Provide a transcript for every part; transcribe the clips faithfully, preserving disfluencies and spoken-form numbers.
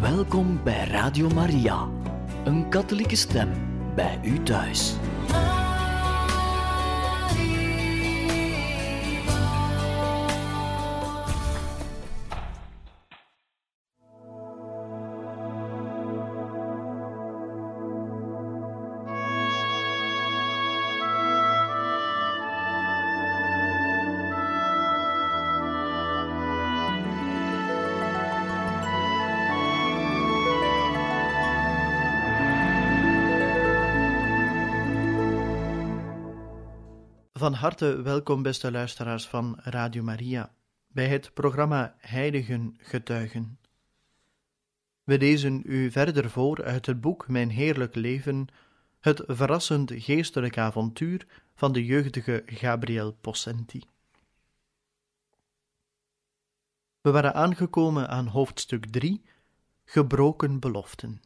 Welkom bij Radio Maria, een katholieke stem bij u thuis. Van harte welkom, beste luisteraars van Radio Maria, bij het programma Heiligen Getuigen. We lezen u verder voor uit het boek Mijn Heerlijk Leven, het verrassend geestelijk avontuur van de jeugdige Gabriel Possenti. We waren aangekomen aan hoofdstuk drie, Gebroken beloften.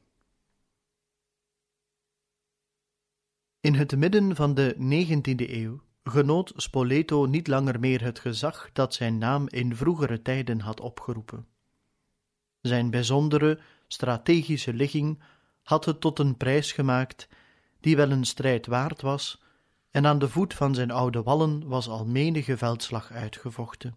In het midden van de negentiende eeuw genoot Spoleto niet langer meer het gezag dat zijn naam in vroegere tijden had opgeroepen. Zijn bijzondere, strategische ligging had het tot een prijs gemaakt die wel een strijd waard was, en aan de voet van zijn oude wallen was al menige veldslag uitgevochten.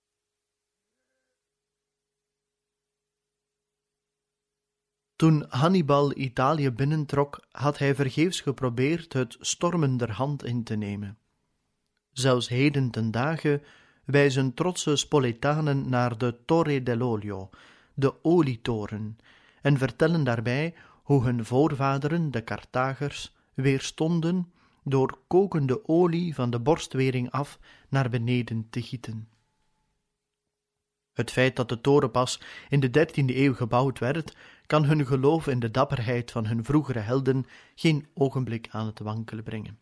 Toen Hannibal Italië binnentrok, had hij vergeefs geprobeerd het stormen der hand in te nemen. Zelfs heden ten dagen wijzen trotse Spoletanen naar de Torre dell'Olio, de olietoren, en vertellen daarbij hoe hun voorvaderen, de Carthagers, weerstonden door kokende olie van de borstwering af naar beneden te gieten. Het feit dat de toren pas in de dertiende eeuw gebouwd werd, kan hun geloof in de dapperheid van hun vroegere helden geen ogenblik aan het wankelen brengen.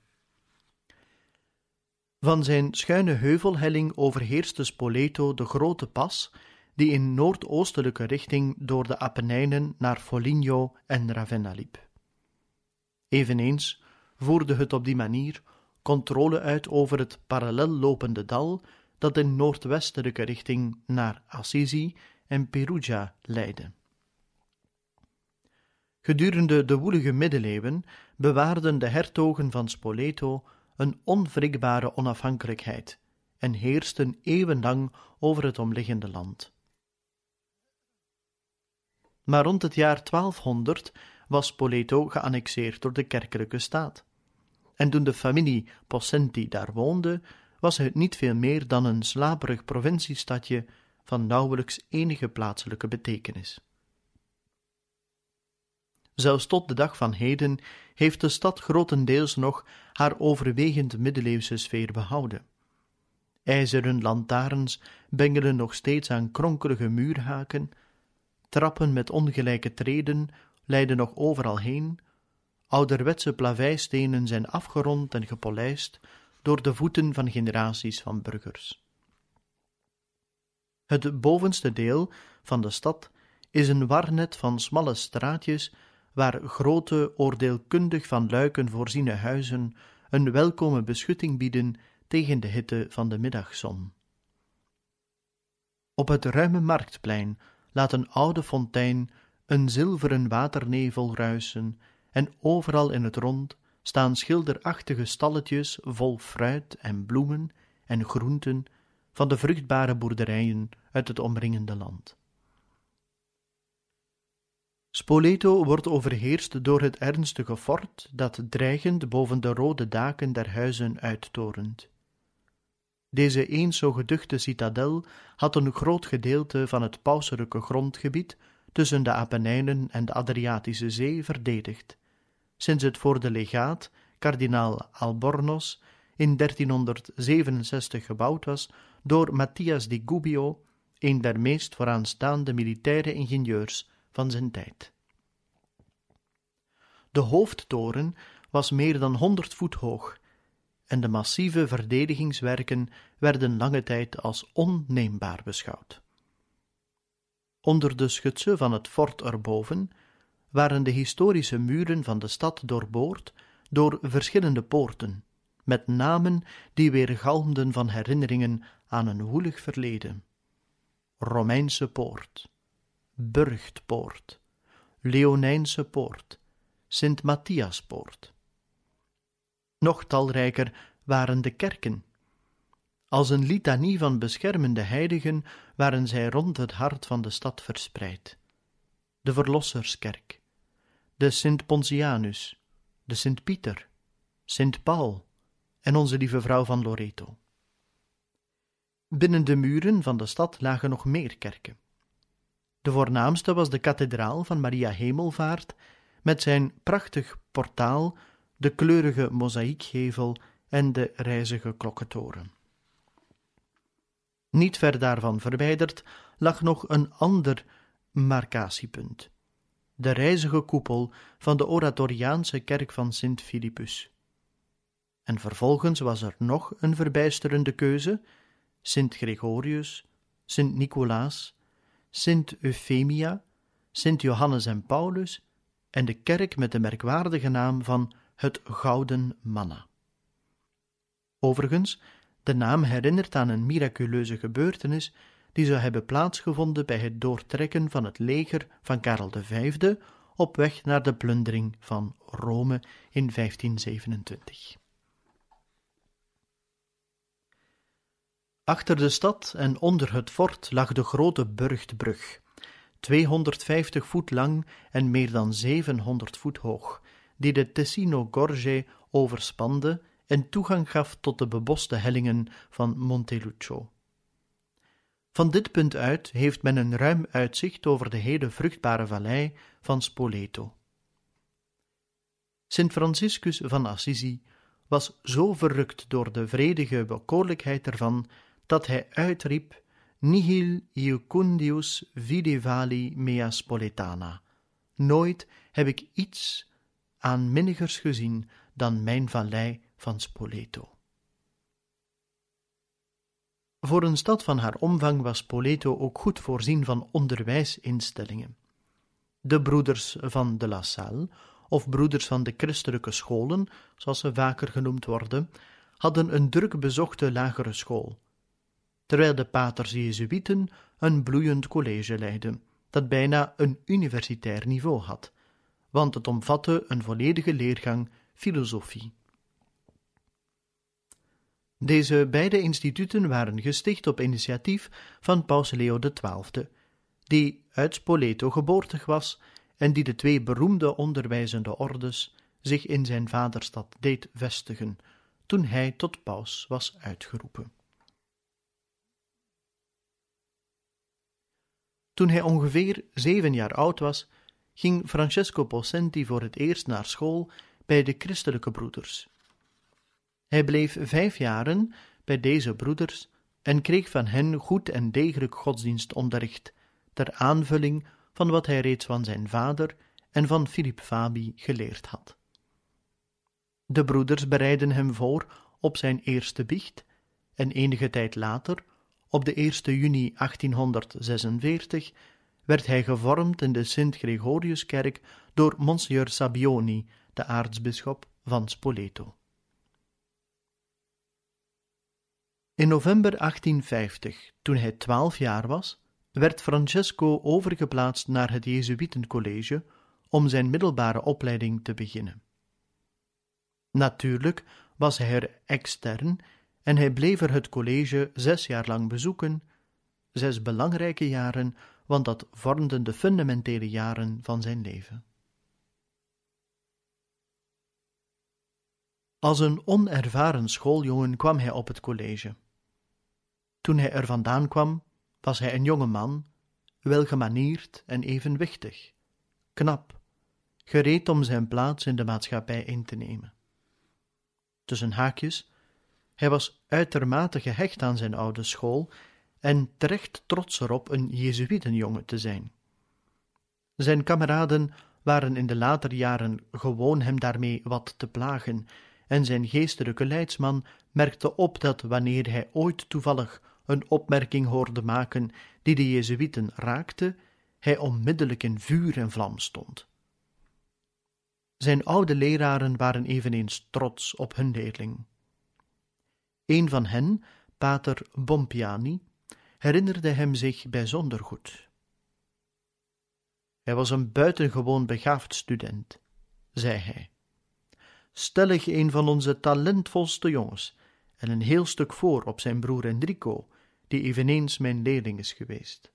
Van zijn schuine heuvelhelling overheerste Spoleto de grote pas, die in noordoostelijke richting door de Apennijnen naar Foligno en Ravenna liep. Eveneens voerde het op die manier controle uit over het parallel lopende dal dat in noordwestelijke richting naar Assisi en Perugia leidde. Gedurende de woelige middeleeuwen bewaarden de hertogen van Spoleto een onwrikbare onafhankelijkheid en heersten eeuwenlang over het omliggende land. Maar rond het jaar twaalfhonderd was Spoleto geannexeerd door de kerkelijke staat, en toen de familie Possenti daar woonde, was het niet veel meer dan een slaperig provinciestadje van nauwelijks enige plaatselijke betekenis. Zelfs tot de dag van heden heeft de stad grotendeels nog haar overwegend middeleeuwse sfeer behouden. IJzeren lantaarns bengelen nog steeds aan kronkelige muurhaken, trappen met ongelijke treden leiden nog overal heen, ouderwetse plaveistenen zijn afgerond en gepolijst door de voeten van generaties van burgers. Het bovenste deel van de stad is een warnet van smalle straatjes waar grote, oordeelkundig van luiken voorziene huizen een welkome beschutting bieden tegen de hitte van de middagzon. Op het ruime marktplein laat een oude fontein een zilveren waternevel ruisen en overal in het rond staan schilderachtige stalletjes vol fruit en bloemen en groenten van de vruchtbare boerderijen uit het omringende land. Spoleto wordt overheerst door het ernstige fort dat dreigend boven de rode daken der huizen uittorent. Deze eens zo geduchte citadel had een groot gedeelte van het pauselijke grondgebied tussen de Apennijnen en de Adriatische Zee verdedigd, sinds het voor de legaat, kardinaal Albornoz, in dertienhonderdzevenenzestig gebouwd was door Matthias di Gubbio, een der meest vooraanstaande militaire ingenieurs van zijn tijd. De hoofdtoren was meer dan honderd voet hoog en de massieve verdedigingswerken werden lange tijd als onneembaar beschouwd. Onder de schutsen van het fort erboven waren de historische muren van de stad doorboord door verschillende poorten, met namen die weergalmden van herinneringen aan een woelig verleden. Romeinse poort, Burchtpoort, Leonijnse Poort, Sint Matthiaspoort. Nog talrijker waren de kerken. Als een litanie van beschermende heiligen waren zij rond het hart van de stad verspreid. De Verlosserskerk, de Sint Pontianus, de Sint Pieter, Sint Paul en onze Lieve Vrouw van Loreto. Binnen de muren van de stad lagen nog meer kerken. De voornaamste was de kathedraal van Maria Hemelvaart met zijn prachtig portaal, de kleurige mozaïekgevel en de rijzige klokkentoren. Niet ver daarvan verwijderd lag nog een ander marcatiepunt, de rijzige koepel van de oratoriaanse kerk van Sint Philippus. En vervolgens was er nog een verbijsterende keuze: Sint Gregorius, Sint Nicolaas, Sint Euphemia, Sint Johannes en Paulus en de kerk met de merkwaardige naam van het Gouden Manna. Overigens, de naam herinnert aan een miraculeuze gebeurtenis die zou hebben plaatsgevonden bij het doortrekken van het leger van Karel de Vijfde op weg naar de plundering van Rome in vijftien zevenentwintig. Achter de stad en onder het fort lag de grote Burchtbrug, tweehonderdvijftig voet lang en meer dan zevenhonderd voet hoog, die de Tessino Gorge overspande en toegang gaf tot de beboste hellingen van Monteluccio. Van dit punt uit heeft men een ruim uitzicht over de hele vruchtbare vallei van Spoleto. Sint Franciscus van Assisi was zo verrukt door de vredige bekoorlijkheid ervan, dat hij uitriep: Nihil iucundius vide vali mea Spoletana. Nooit heb ik iets aanminnigers gezien dan mijn vallei van Spoleto. Voor een stad van haar omvang was Spoleto ook goed voorzien van onderwijsinstellingen. De broeders van de La Salle, of broeders van de christelijke scholen, zoals ze vaker genoemd worden, hadden een druk bezochte lagere school, terwijl de paters Jezuïeten een bloeiend college leidden, dat bijna een universitair niveau had, want het omvatte een volledige leergang filosofie. Deze beide instituten waren gesticht op initiatief van Paus Leo de Twaalfde, die uit Spoleto geboortig was en die de twee beroemde onderwijzende ordes zich in zijn vaderstad deed vestigen, toen hij tot paus was uitgeroepen. Toen hij ongeveer zeven jaar oud was, ging Francesco Possenti voor het eerst naar school bij de christelijke broeders. Hij bleef vijf jaren bij deze broeders en kreeg van hen goed en degelijk godsdienstonderricht, ter aanvulling van wat hij reeds van zijn vader en van Philip Fabi geleerd had. De broeders bereidden hem voor op zijn eerste biecht en enige tijd later, op de eerste juni achttienhonderdzesenveertig, werd hij gevormd in de Sint Gregoriuskerk door Monsignor Sabioni, de aartsbisschop van Spoleto. In november achttienvijftig, toen hij twaalf jaar was, werd Francesco overgeplaatst naar het Jezuïetencollege om zijn middelbare opleiding te beginnen. Natuurlijk was hij er extern en hij bleef er het college zes jaar lang bezoeken, zes belangrijke jaren, want dat vormden de fundamentele jaren van zijn leven. Als een onervaren schooljongen kwam hij op het college. Toen hij er vandaan kwam, was hij een jonge man, welgemanierd en evenwichtig, knap, gereed om zijn plaats in de maatschappij in te nemen. Tussen haakjes, hij was uitermate gehecht aan zijn oude school en terecht trots erop een Jezuïetenjongen te zijn. Zijn kameraden waren in de later jaren gewoon hem daarmee wat te plagen, en zijn geestelijke leidsman merkte op dat wanneer hij ooit toevallig een opmerking hoorde maken die de Jezuïeten raakte, hij onmiddellijk in vuur en vlam stond. Zijn oude leraren waren eveneens trots op hun leerling. Een van hen, pater Bompiani, herinnerde hem zich bijzonder goed. Hij was een buitengewoon begaafd student, zei hij. Stellig een van onze talentvolste jongens en een heel stuk voor op zijn broer Enrico, die eveneens mijn leerling is geweest.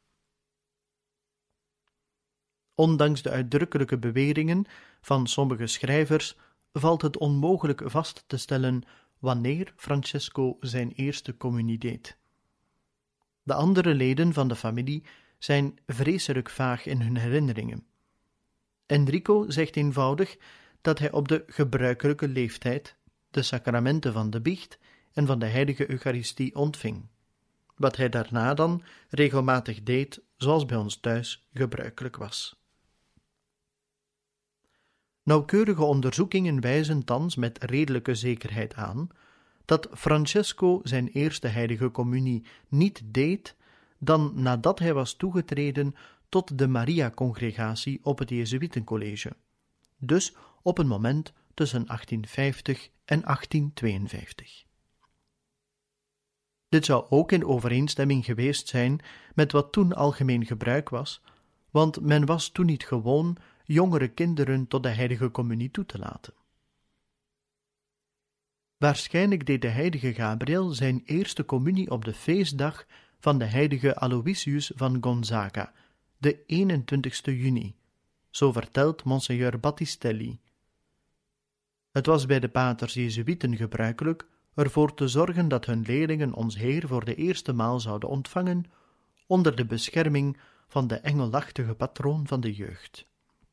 Ondanks de uitdrukkelijke beweringen van sommige schrijvers valt het onmogelijk vast te stellen wanneer Francesco zijn eerste communie deed. De andere leden van de familie zijn vreselijk vaag in hun herinneringen. Enrico zegt eenvoudig dat hij op de gebruikelijke leeftijd de sacramenten van de biecht en van de heilige Eucharistie ontving, wat hij daarna dan regelmatig deed, zoals bij ons thuis gebruikelijk was. Nauwkeurige onderzoekingen wijzen thans met redelijke zekerheid aan dat Francesco zijn eerste heilige communie niet deed dan nadat hij was toegetreden tot de Maria-congregatie op het Jezuïtencollege, dus op een moment tussen achttien vijftig en achttien tweeënvijftig. Dit zou ook in overeenstemming geweest zijn met wat toen algemeen gebruik was, want men was toen niet gewoon jongere kinderen tot de heilige communie toe te laten. Waarschijnlijk deed de heilige Gabriel zijn eerste communie op de feestdag van de heilige Aloysius van Gonzaga, de eenentwintigste juni, zo vertelt Monseigneur Battistelli. Het was bij de paters Jezuïeten gebruikelijk ervoor te zorgen dat hun leerlingen ons Heer voor de eerste maal zouden ontvangen onder de bescherming van de engelachtige patroon van de jeugd.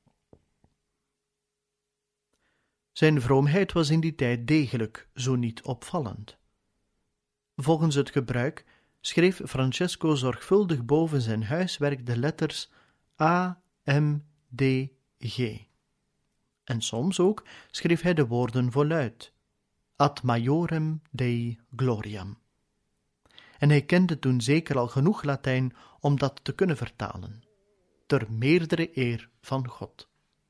Zijn vroomheid was in die tijd degelijk, zo niet opvallend. Volgens het gebruik schreef Francesco zorgvuldig boven zijn huiswerk de letters A, M, D, G. En soms ook schreef hij de woorden voluit, ad majorem Dei gloriam. En hij kende toen zeker al genoeg Latijn om dat te kunnen vertalen, ter meerdere eer van God.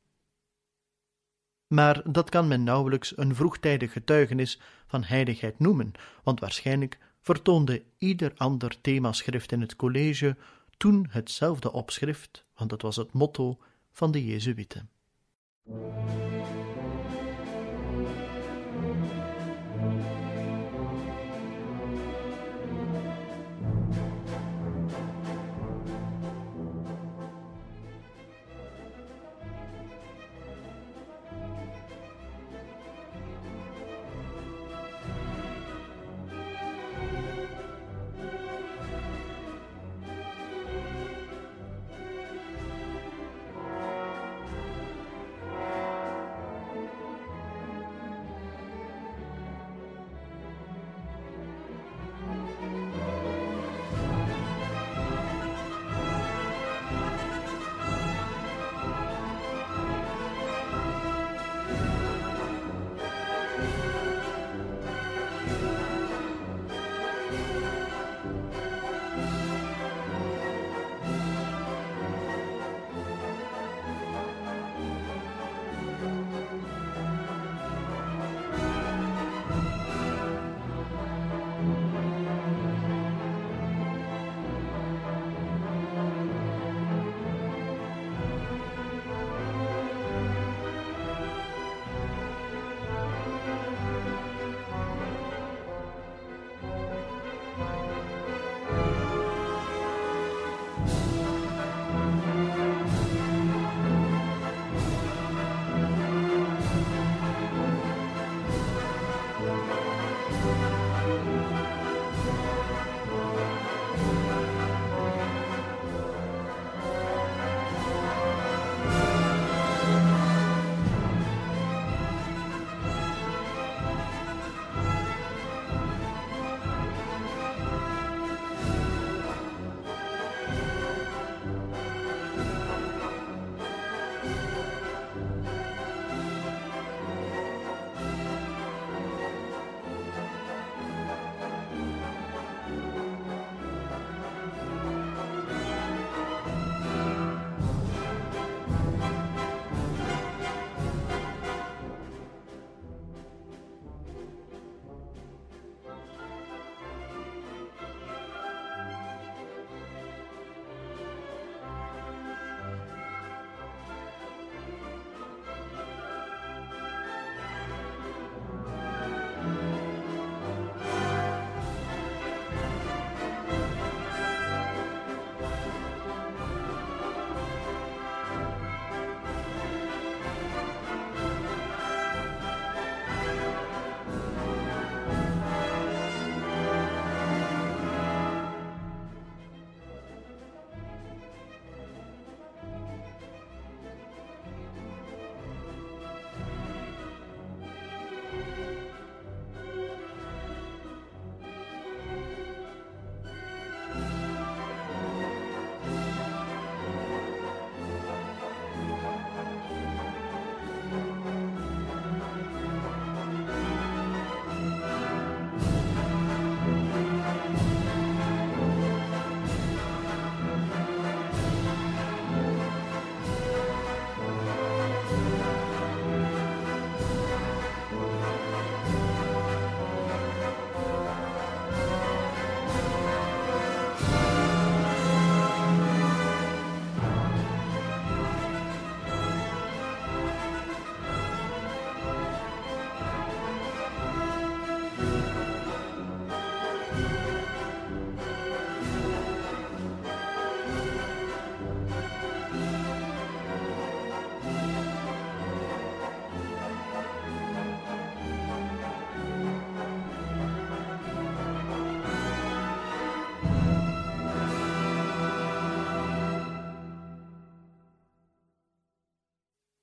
Maar dat kan men nauwelijks een vroegtijdig getuigenis van heiligheid noemen, want waarschijnlijk vertoonde ieder ander themaschrift in het college toen hetzelfde opschrift, want dat was het motto van de Jezuïeten.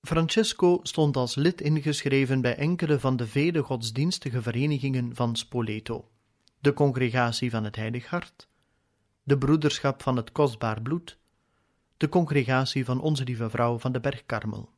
Francesco stond als lid ingeschreven bij enkele van de vele godsdienstige verenigingen van Spoleto, de Congregatie van het Heilig Hart, de Broederschap van het Kostbaar Bloed, de Congregatie van Onze Lieve Vrouw van de Berg Karmel.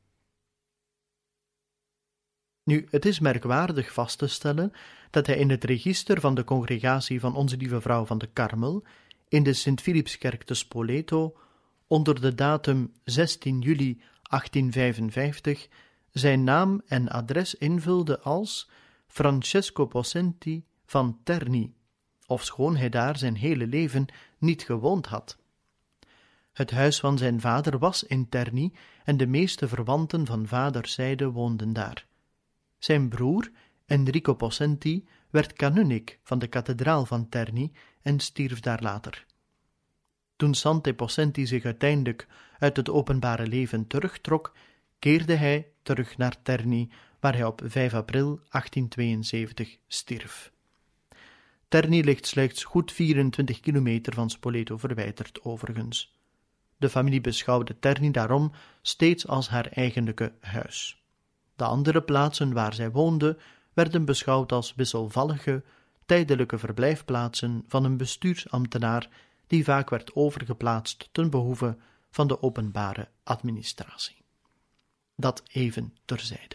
Nu, het is merkwaardig vast te stellen dat hij in het register van de Congregatie van Onze Lieve Vrouw van de Karmel in de Sint-Philipskerk te Spoleto onder de datum zestien juli achttienvijfenvijftig zijn naam en adres invulde als Francesco Possenti van Terni, ofschoon hij daar zijn hele leven niet gewoond had. Het huis van zijn vader was in Terni en de meeste verwanten van vaderszijde woonden daar. Zijn broer, Enrico Possenti, werd kanunnik van de kathedraal van Terni en stierf daar later. Toen Sante Possenti zich uiteindelijk uit het openbare leven terugtrok, keerde hij terug naar Terni, waar hij op vijf april achttientweeënzeventig stierf. Terni ligt slechts goed vierentwintig kilometer van Spoleto verwijderd overigens. De familie beschouwde Terni daarom steeds als haar eigenlijke huis. De andere plaatsen waar zij woonde werden beschouwd als wisselvallige, tijdelijke verblijfplaatsen van een bestuursambtenaar die vaak werd overgeplaatst ten behoeve van de openbare administratie. Dat even terzijde.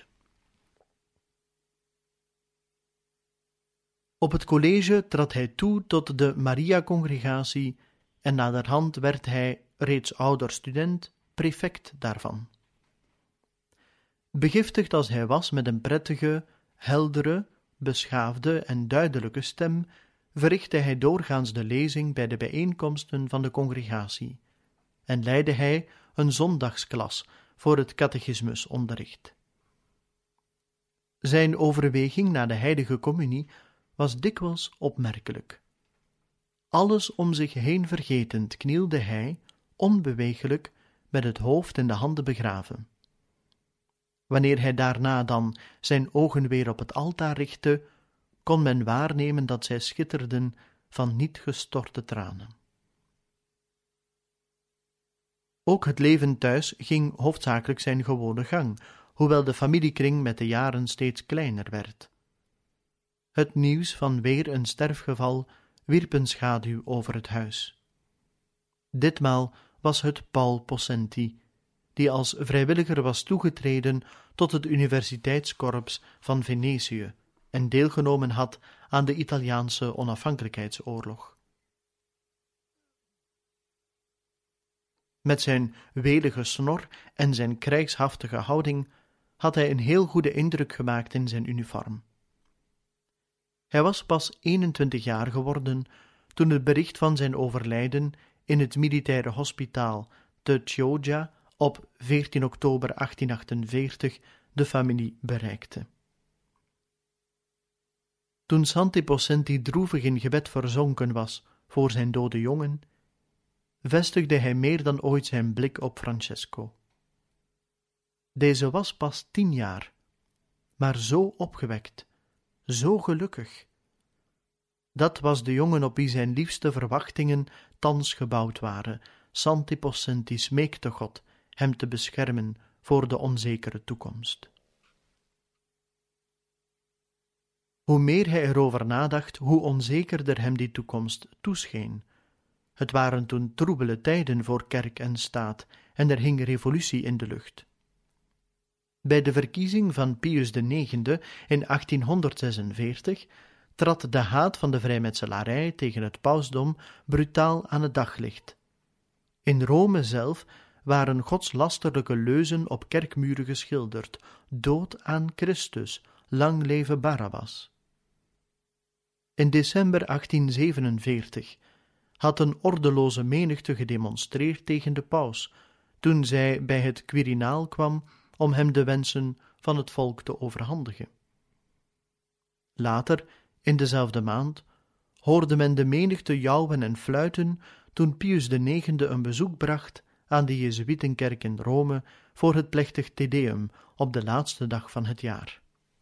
Op het college trad hij toe tot de Maria-congregatie en naderhand werd hij, reeds ouder student, prefect daarvan. Begiftigd als hij was met een prettige, heldere, beschaafde en duidelijke stem, verrichtte hij doorgaans de lezing bij de bijeenkomsten van de congregatie en leidde hij een zondagsklas voor het catechismusonderricht. Zijn overweging na de heilige communie was dikwijls opmerkelijk. Alles om zich heen vergetend knielde hij, onbeweeglijk, met het hoofd in de handen begraven. Wanneer hij daarna dan zijn ogen weer op het altaar richtte, kon men waarnemen dat zij schitterden van niet gestorte tranen. Ook het leven thuis ging hoofdzakelijk zijn gewone gang, hoewel de familiekring met de jaren steeds kleiner werd. Het nieuws van weer een sterfgeval wierp een schaduw over het huis. Ditmaal was het Paul Possenti, die als vrijwilliger was toegetreden tot het Universiteitskorps van Venetië en deelgenomen had aan de Italiaanse onafhankelijkheidsoorlog. Met zijn welige snor en zijn krijgshaftige houding had hij een heel goede indruk gemaakt in zijn uniform. Hij was pas eenentwintig jaar geworden toen het bericht van zijn overlijden in het militaire hospitaal te Chioggia op veertien oktober achttienhonderdachtenveertig de familie bereikte. Toen Sante Possenti droevig in gebed verzonken was voor zijn dode jongen, vestigde hij meer dan ooit zijn blik op Francesco. Deze was pas tien jaar, maar zo opgewekt, zo gelukkig. Dat was de jongen op wie zijn liefste verwachtingen thans gebouwd waren. Sante Possenti smeekte God hem te beschermen voor de onzekere toekomst. Hoe meer hij erover nadacht, hoe onzekerder hem die toekomst toescheen. Het waren toen troebele tijden voor kerk en staat en er hing revolutie in de lucht. Bij de verkiezing van Pius de negende in achttienhonderdzesenveertig trad de haat van de vrijmetselarij tegen het pausdom brutaal aan het daglicht. In Rome zelf waren godslasterlijke leuzen op kerkmuren geschilderd: dood aan Christus, lang leve Barabbas. In december achttienzevenenveertig had een ordeloze menigte gedemonstreerd tegen de paus, toen zij bij het Quirinaal kwam om hem de wensen van het volk te overhandigen. Later, in dezelfde maand, hoorde men de menigte jouwen en fluiten toen Pius de negende een bezoek bracht aan de Jezuïetenkerk in Rome voor het plechtig Te Deum op de laatste dag van het jaar.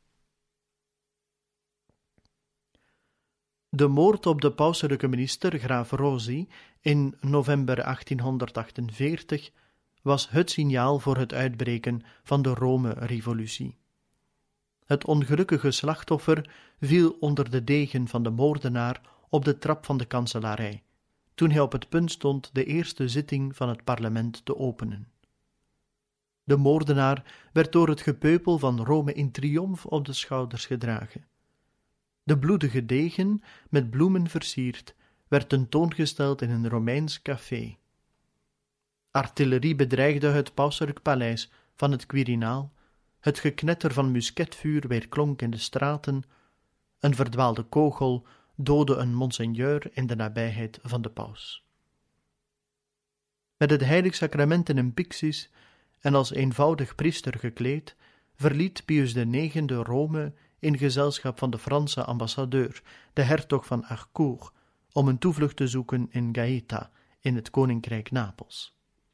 De moord op de pauselijke minister graaf Rosi in november achttienhonderdachtenveertig was het signaal voor het uitbreken van de Rome-revolutie. Het ongelukkige slachtoffer viel onder de degen van de moordenaar op de trap van de kanselarij, toen hij op het punt stond de eerste zitting van het parlement te openen. De moordenaar werd door het gepeupel van Rome in triomf op de schouders gedragen. De bloedige degen, met bloemen versierd, werd tentoongesteld in een Romeins café. Artillerie bedreigde het pauselijk paleis van het Quirinaal, het geknetter van musketvuur weerklonk in de straten, een verdwaalde kogel doodde een monseigneur in de nabijheid van de paus. Met het heilig sacrament in een pyxis en als eenvoudig priester gekleed, verliet Pius de negende Rome in gezelschap van de Franse ambassadeur, de hertog van Harcourt, om een toevlucht te zoeken in Gaeta, in het koninkrijk Napels.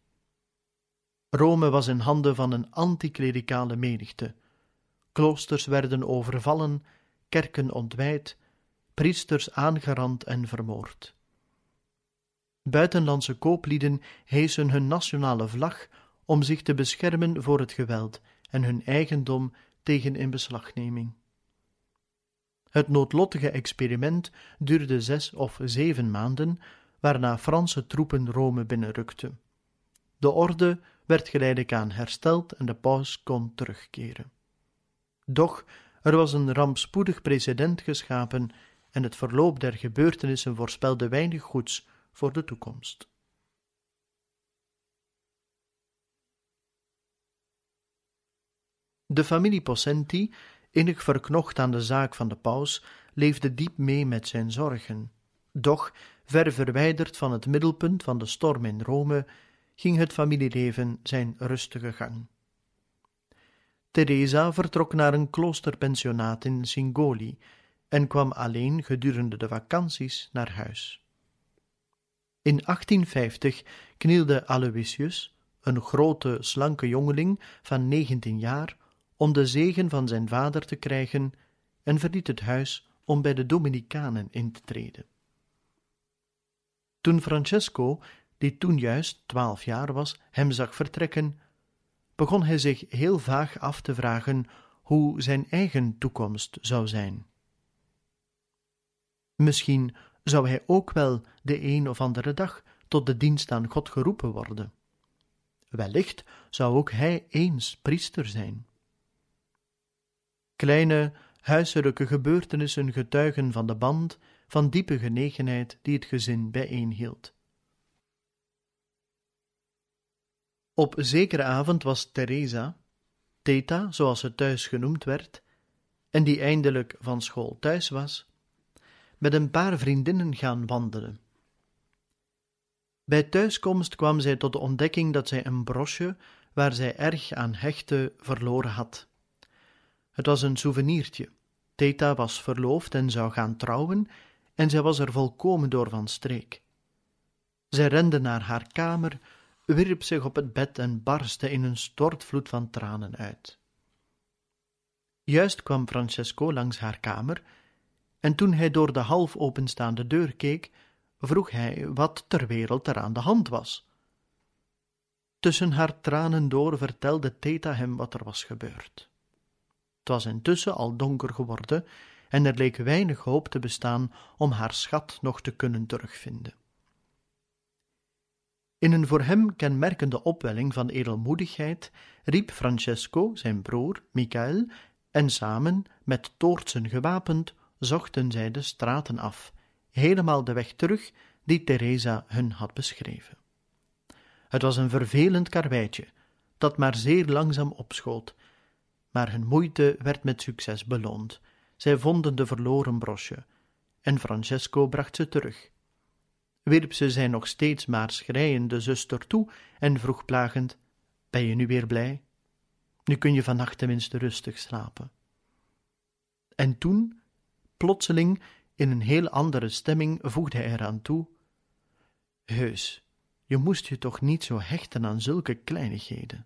Rome was in handen van een anticlericale menigte. Kloosters werden overvallen, kerken ontwijd, priesters aangerand en vermoord. Buitenlandse kooplieden heesen hun nationale vlag om zich te beschermen voor het geweld en hun eigendom tegen inbeslagneming. Het noodlottige experiment duurde zes of zeven maanden, waarna Franse troepen Rome binnenrukten. De orde werd geleidelijk aan hersteld en de paus kon terugkeren. Doch er was een rampspoedig precedent geschapen en het verloop der gebeurtenissen voorspelde weinig goeds voor de toekomst. De familie Possenti, innig verknocht aan de zaak van de paus, leefde diep mee met zijn zorgen. Doch, ver verwijderd van het middelpunt van de storm in Rome, ging het familieleven zijn rustige gang. Teresa vertrok naar een kloosterpensionaat in Singoli en kwam alleen gedurende de vakanties naar huis. In achttienvijftig knielde Aloysius, een grote, slanke jongeling van negentien jaar, om de zegen van zijn vader te krijgen en verliet het huis om bij de Dominicanen in te treden. Toen Francesco, die toen juist twaalf jaar was, hem zag vertrekken, begon hij zich heel vaag af te vragen hoe zijn eigen toekomst zou zijn. Misschien zou hij ook wel de een of andere dag tot de dienst aan God geroepen worden. Wellicht zou ook hij eens priester zijn. Kleine, huiselijke gebeurtenissen getuigen van de band van diepe genegenheid die het gezin bijeenhield. Op zekere avond was Teresa, Theta, zoals ze thuis genoemd werd, en die eindelijk van school thuis was, met een paar vriendinnen gaan wandelen. Bij thuiskomst kwam zij tot de ontdekking dat zij een brosje, waar zij erg aan hechtte, verloren had. Het was een souvenirtje. Theta was verloofd en zou gaan trouwen, en zij was er volkomen door van streek. Zij rende naar haar kamer, wierp zich op het bed en barstte in een stortvloed van tranen uit. Juist kwam Francesco langs haar kamer, en toen hij door de half openstaande deur keek, vroeg hij wat ter wereld er aan de hand was. Tussen haar tranen door vertelde Theta hem wat er was gebeurd. Het was intussen al donker geworden en er leek weinig hoop te bestaan om haar schat nog te kunnen terugvinden. In een voor hem kenmerkende opwelling van edelmoedigheid riep Francesco zijn broer, Michael, en samen, met toortsen gewapend, zochten zij de straten af, helemaal de weg terug die Teresa hun had beschreven. Het was een vervelend karweitje, dat maar zeer langzaam opschoot, maar hun moeite werd met succes beloond. Zij vonden de verloren brosje, en Francesco bracht ze terug. Wierp ze zijn nog steeds maar schreiende zuster toe en vroeg plagend: ben je nu weer blij? Nu kun je vannacht tenminste rustig slapen. En toen, plotseling, in een heel andere stemming, voegde hij eraan toe: heus, je moest je toch niet zo hechten aan zulke kleinigheden.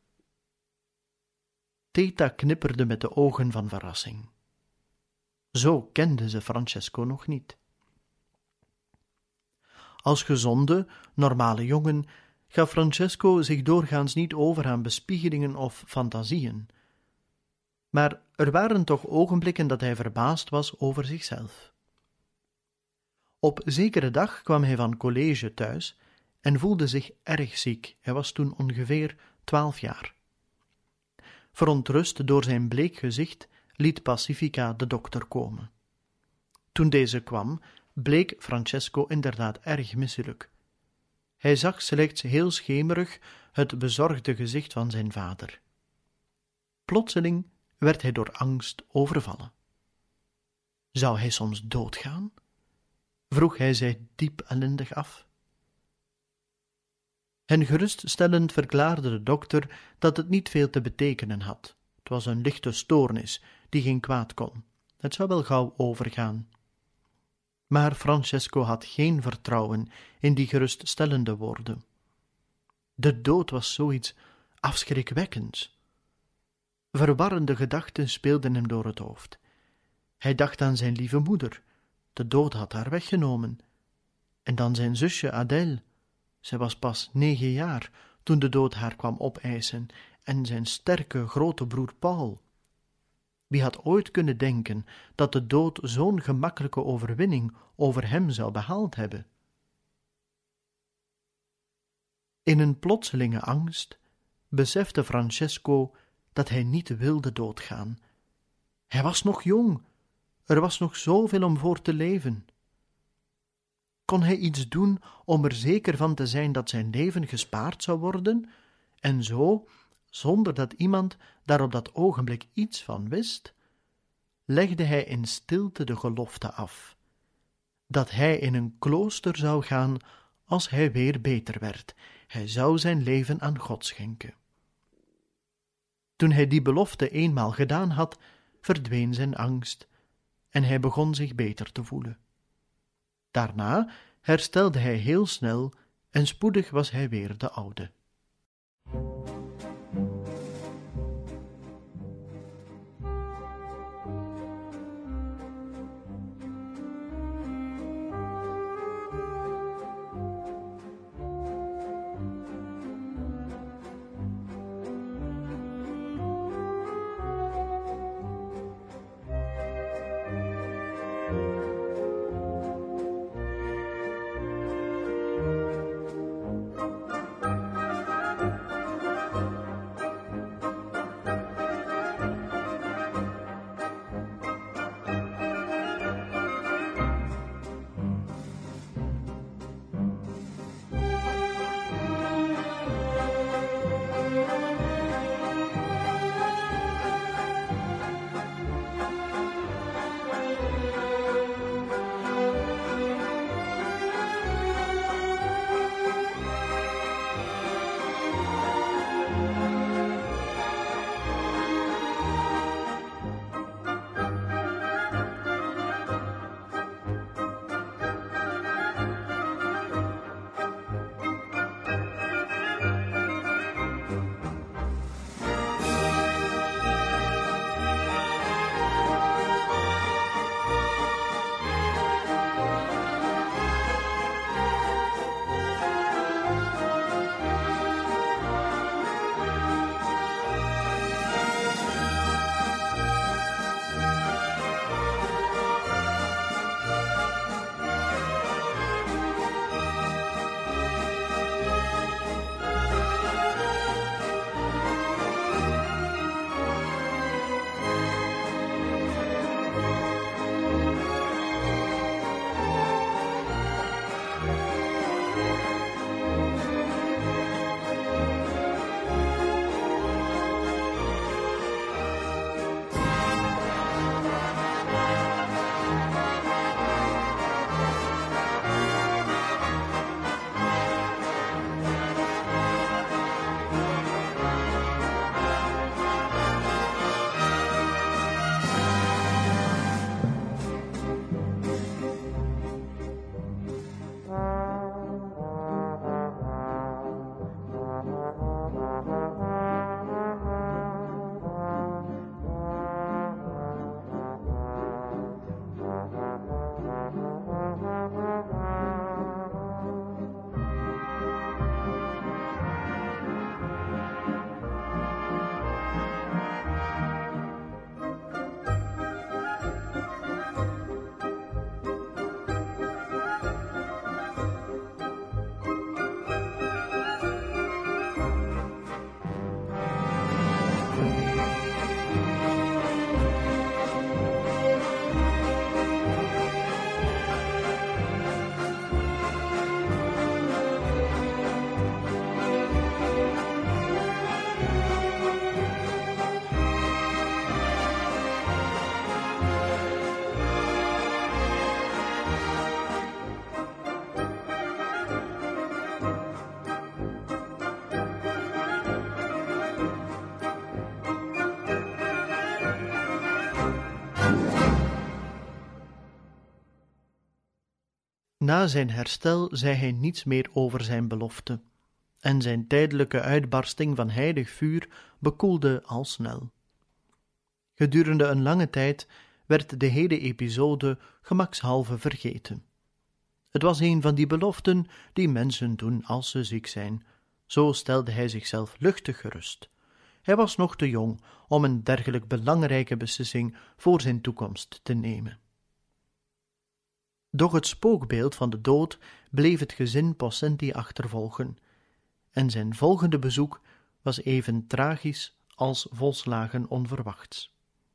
Theta knipperde met de ogen van verrassing. Zo kende ze Francesco nog niet. Als gezonde, normale jongen gaf Francesco zich doorgaans niet over aan bespiegelingen of fantasieën. Maar er waren toch ogenblikken dat hij verbaasd was over zichzelf. Op zekere dag kwam hij van college thuis en voelde zich erg ziek. Hij was toen ongeveer twaalf jaar. Verontrust door zijn bleek gezicht liet Pacifica de dokter komen. Toen deze kwam, bleek Francesco inderdaad erg misselijk. Hij zag slechts heel schemerig het bezorgde gezicht van zijn vader. Plotseling werd hij door angst overvallen. Zou hij soms doodgaan? Vroeg hij zich diep ellendig af. Hen geruststellend verklaarde de dokter dat het niet veel te betekenen had. Het was een lichte stoornis die geen kwaad kon. Het zou wel gauw overgaan. Maar Francesco had geen vertrouwen in die geruststellende woorden. De dood was zoiets afschrikwekkends. Verwarrende gedachten speelden hem door het hoofd. Hij dacht aan zijn lieve moeder. De dood had haar weggenomen. En dan zijn zusje Adèle. Zij was pas negen jaar toen de dood haar kwam opeisen, en zijn sterke grote broer Paul. Wie had ooit kunnen denken dat de dood zo'n gemakkelijke overwinning over hem zou behaald hebben? In een plotselinge angst besefte Francesco dat hij niet wilde doodgaan. Hij was nog jong, er was nog zoveel om voor te leven. Kon hij iets doen om er zeker van te zijn dat zijn leven gespaard zou worden, en zo, zonder dat iemand daar op dat ogenblik iets van wist, legde hij in stilte de gelofte af, dat hij in een klooster zou gaan als hij weer beter werd. Hij zou zijn leven aan God schenken. Toen hij die belofte eenmaal gedaan had, verdween zijn angst en hij begon zich beter te voelen. Daarna herstelde hij heel snel en spoedig was hij weer de oude. Na zijn herstel zei hij niets meer over zijn belofte, en zijn tijdelijke uitbarsting van heilig vuur bekoelde al snel. Gedurende een lange tijd werd de hele episode gemakshalve vergeten. Het was een van die beloften die mensen doen als ze ziek zijn. Zo stelde hij zichzelf luchtig gerust. Hij was nog te jong om een dergelijk belangrijke beslissing voor zijn toekomst te nemen. Doch het spookbeeld van de dood bleef het gezin Possenti achtervolgen, en zijn volgende bezoek was even tragisch als volslagen onverwachts.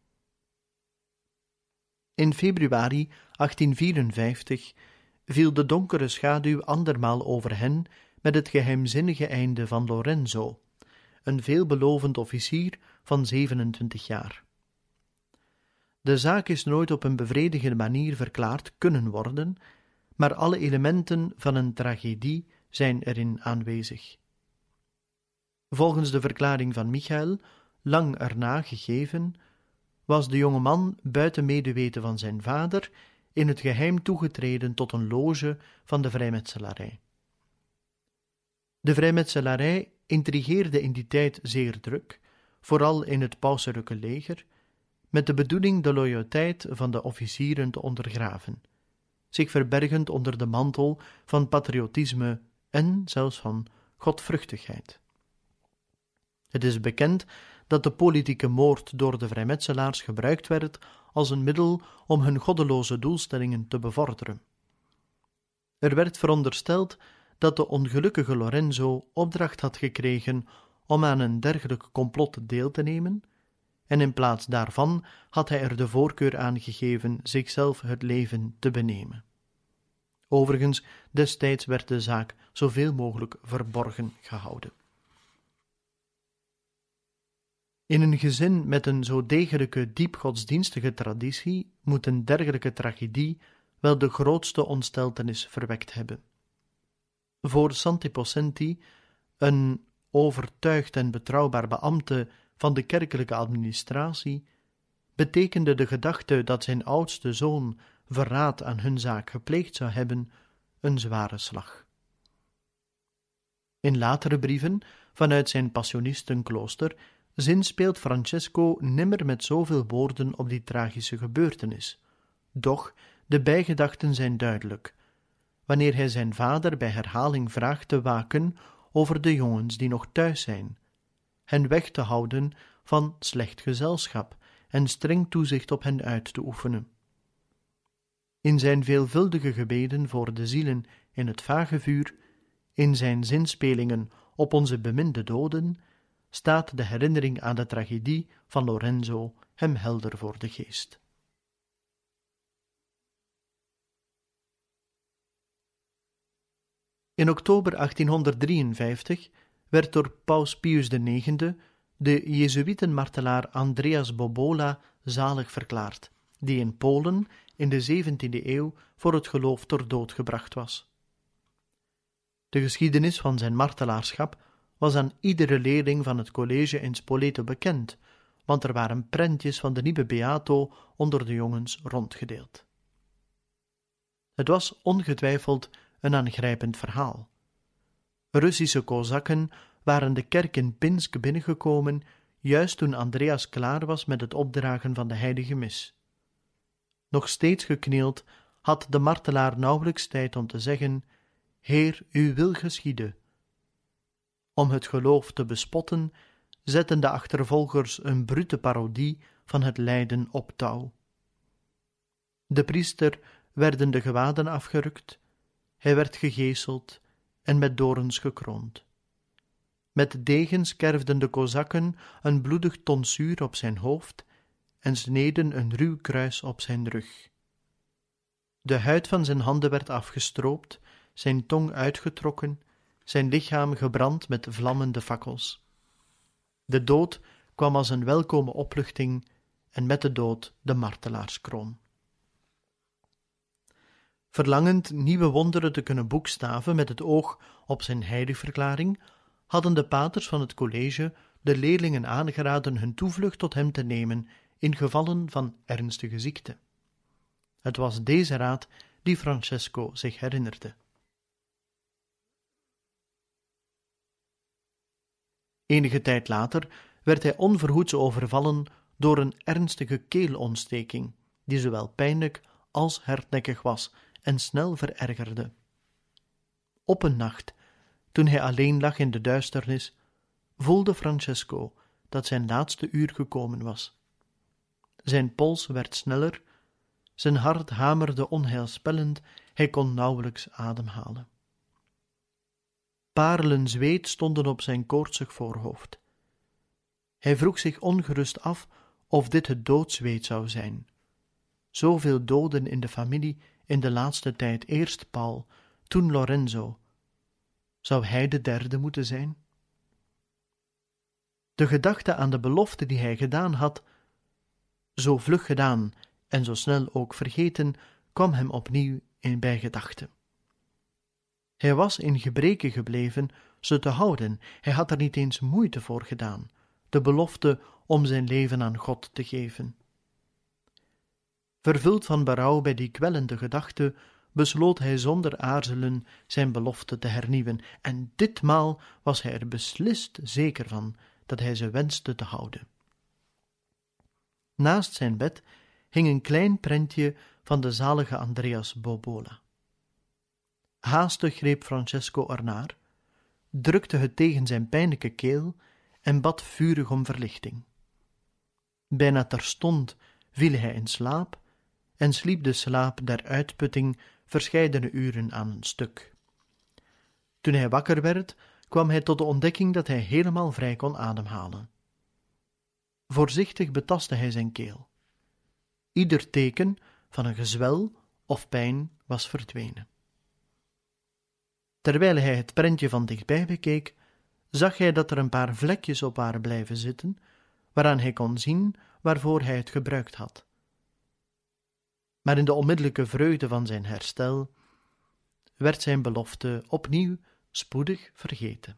In februari achttien vierenvijftig viel de donkere schaduw andermaal over hen met het geheimzinnige einde van Lorenzo, een veelbelovend officier van zevenentwintig jaar. De zaak is nooit op een bevredigende manier verklaard kunnen worden, maar alle elementen van een tragedie zijn erin aanwezig. Volgens de verklaring van Michael, lang erna gegeven, was de jonge man buiten medeweten van zijn vader in het geheim toegetreden tot een loge van de vrijmetselarij. De vrijmetselarij intrigeerde in die tijd zeer druk, vooral in het pauselijke leger, met de bedoeling de loyaliteit van de officieren te ondergraven, zich verbergend onder de mantel van patriotisme en zelfs van godvruchtigheid. Het is bekend dat de politieke moord door de vrijmetselaars gebruikt werd als een middel om hun goddeloze doelstellingen te bevorderen. Er werd verondersteld dat de ongelukkige Lorenzo opdracht had gekregen om aan een dergelijk complot deel te nemen, en in plaats daarvan had hij er de voorkeur aan gegeven zichzelf het leven te benemen. Overigens, destijds werd de zaak zoveel mogelijk verborgen gehouden. In een gezin met een zo degelijke diep godsdienstige traditie moet een dergelijke tragedie wel de grootste ontsteltenis verwekt hebben. Voor Santi Possenti, een overtuigd en betrouwbaar beambte van de kerkelijke administratie, betekende de gedachte dat zijn oudste zoon verraad aan hun zaak gepleegd zou hebben een zware slag. In latere brieven, vanuit zijn Passionistenklooster, zinspeelt Francesco nimmer met zoveel woorden op die tragische gebeurtenis. Doch de bijgedachten zijn duidelijk, wanneer hij zijn vader bij herhaling vraagt te waken over de jongens die nog thuis zijn, hen weg te houden van slecht gezelschap en streng toezicht op hen uit te oefenen. In zijn veelvuldige gebeden voor de zielen in het vagevuur, in zijn zinspelingen op onze beminde doden, staat de herinnering aan de tragedie van Lorenzo hem helder voor de geest. In oktober achttienhonderddrieënvijftig werd door Paus Pius de negende de Jezuïetenmartelaar Andreas Bobola zalig verklaard, die in Polen in de zeventiende eeuw voor het geloof ter dood gebracht was. De geschiedenis van zijn martelaarschap was aan iedere leerling van het college in Spoleto bekend, want er waren prentjes van de nieuwe Beato onder de jongens rondgedeeld. Het was ongetwijfeld een aangrijpend verhaal. Russische kozakken waren de kerk in Pinsk binnengekomen, juist toen Andreas klaar was met het opdragen van de heilige mis. Nog steeds geknield had de martelaar nauwelijks tijd om te zeggen: Heer, uw wil geschiede. Om het geloof te bespotten, zetten de achtervolgers een brute parodie van het lijden op touw. De priester werden de gewaden afgerukt, hij werd gegeeseld en met dorens gekroond. Met degens kerfden de kozakken een bloedig tonsuur op zijn hoofd en sneden een ruw kruis op zijn rug. De huid van zijn handen werd afgestroopt, zijn tong uitgetrokken, zijn lichaam gebrand met vlammende fakkels. De dood kwam als een welkome opluchting en met de dood de martelaarskroon. Verlangend nieuwe wonderen te kunnen boekstaven met het oog op zijn heiligverklaring, hadden de paters van het college de leerlingen aangeraden hun toevlucht tot hem te nemen in gevallen van ernstige ziekte. Het was deze raad die Francesco zich herinnerde. Enige tijd later werd hij onverhoeds overvallen door een ernstige keelontsteking, die zowel pijnlijk als hardnekkig was en snel verergerde. Op een nacht, toen hij alleen lag in de duisternis, voelde Francesco dat zijn laatste uur gekomen was. Zijn pols werd sneller, zijn hart hamerde onheilspellend, hij kon nauwelijks ademhalen. Parelen zweet stonden op zijn koortsig voorhoofd. Hij vroeg zich ongerust af of dit het doodzweet zou zijn. Zoveel doden in de familie in de laatste tijd, eerst Paul, toen Lorenzo. Zou hij de derde moeten zijn? De gedachte aan de belofte die hij gedaan had, zo vlug gedaan en zo snel ook vergeten, kwam hem opnieuw in bij gedachten. Hij was in gebreke gebleven ze te houden, hij had er niet eens moeite voor gedaan, de belofte om zijn leven aan God te geven. Vervuld van berouw bij die kwellende gedachte, besloot hij zonder aarzelen zijn belofte te hernieuwen, en ditmaal was hij er beslist zeker van dat hij ze wenste te houden. Naast zijn bed hing een klein prentje van de zalige Andreas Bobola. Haastig greep Francesco ernaar, drukte het tegen zijn pijnlijke keel en bad vurig om verlichting. Bijna terstond viel hij in slaap en sliep de slaap der uitputting verscheidene uren aan een stuk. Toen hij wakker werd, kwam hij tot de ontdekking dat hij helemaal vrij kon ademhalen. Voorzichtig betastte hij zijn keel. Ieder teken van een gezwel of pijn was verdwenen. Terwijl hij het prentje van dichtbij bekeek, zag hij dat er een paar vlekjes op waren blijven zitten, waaraan hij kon zien waarvoor hij het gebruikt had. Maar in de onmiddellijke vreugde van zijn herstel werd zijn belofte opnieuw spoedig vergeten.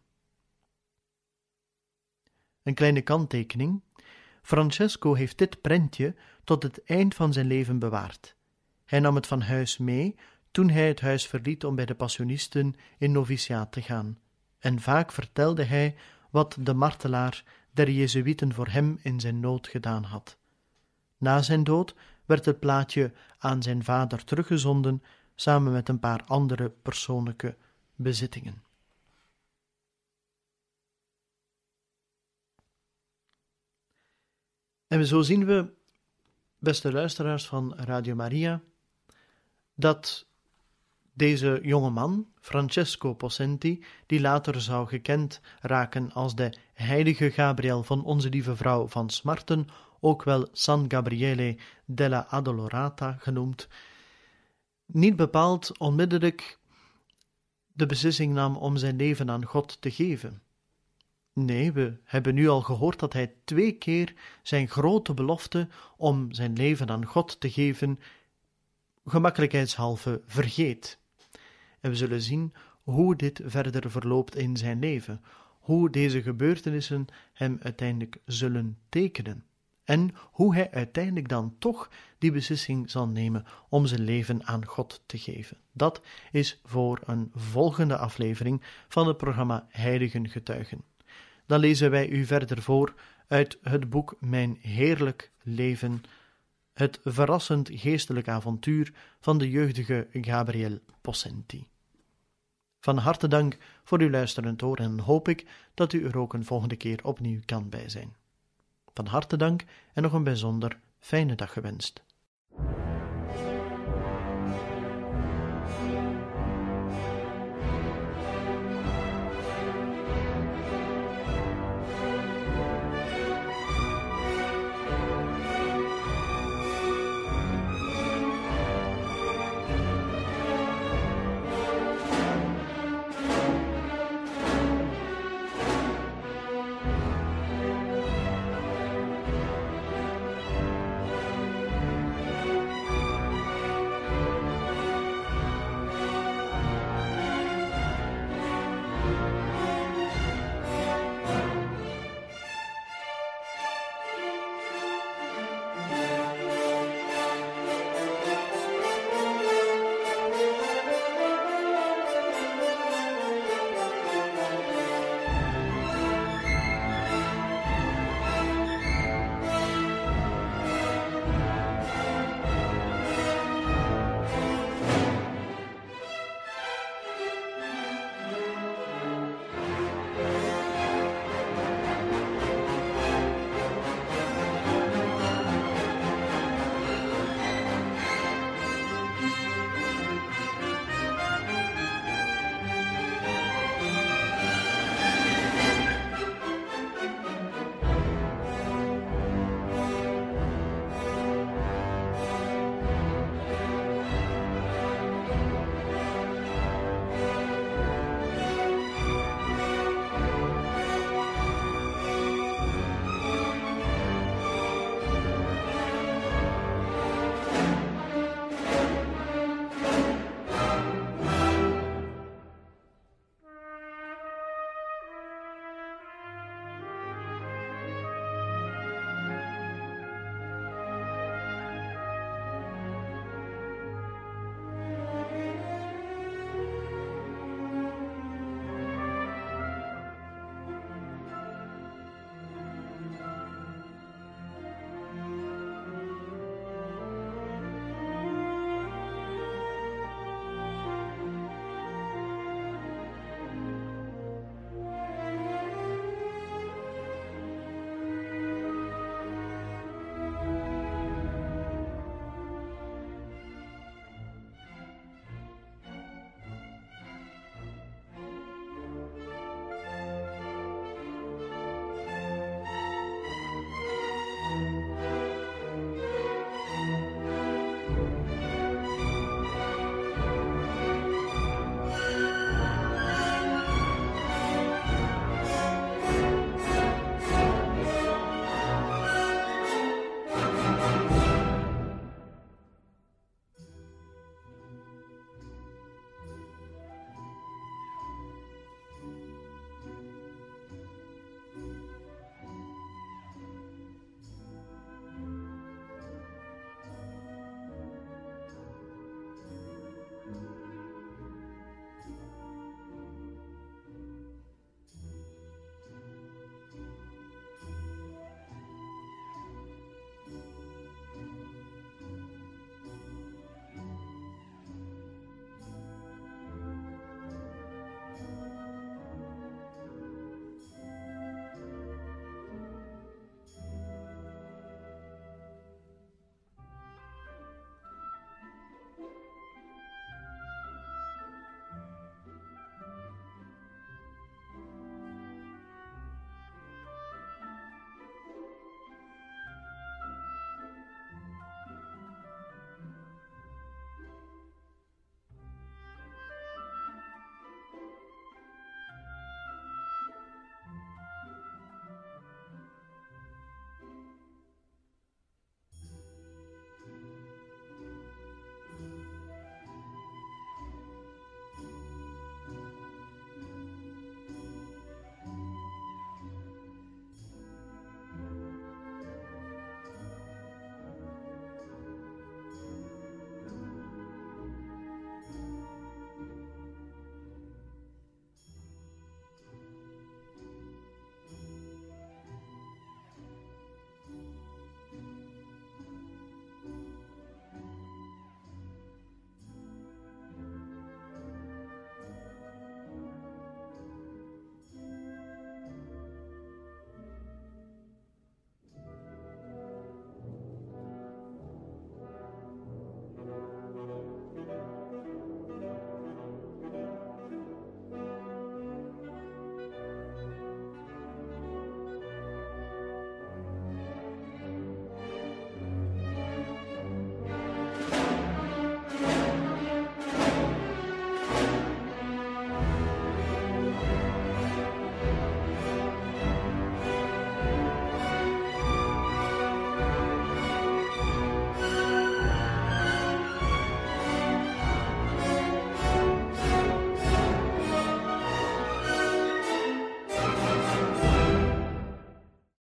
Een kleine kanttekening. Francesco heeft dit prentje tot het eind van zijn leven bewaard. Hij nam het van huis mee toen hij het huis verliet om bij de Passionisten in noviciaat te gaan, en vaak vertelde hij wat de martelaar der Jezuïeten voor hem in zijn nood gedaan had. Na zijn dood werd het plaatje aan zijn vader teruggezonden, samen met een paar andere persoonlijke bezittingen. En zo zien we, beste luisteraars van Radio Maria, dat deze jonge man, Francesco Possenti, die later zou gekend raken als de heilige Gabriel van Onze Lieve Vrouw van Smarten, ook wel San Gabriele della Addolorata genoemd, niet bepaald onmiddellijk de beslissing nam om zijn leven aan God te geven. Nee, we hebben nu al gehoord dat hij twee keer zijn grote belofte om zijn leven aan God te geven gemakkelijkheidshalve vergeet. En we zullen zien hoe dit verder verloopt in zijn leven, hoe deze gebeurtenissen hem uiteindelijk zullen tekenen en hoe hij uiteindelijk dan toch die beslissing zal nemen om zijn leven aan God te geven. Dat is voor een volgende aflevering van het programma Heiligen Getuigen. Dan lezen wij u verder voor uit het boek Mijn Heerlijk Leven, het verrassend geestelijk avontuur van de jeugdige Gabriel Possenti. Van harte dank voor uw luisterend oor en hoop ik dat u er ook een volgende keer opnieuw kan bij zijn. Van harte dank en nog een bijzonder fijne dag gewenst.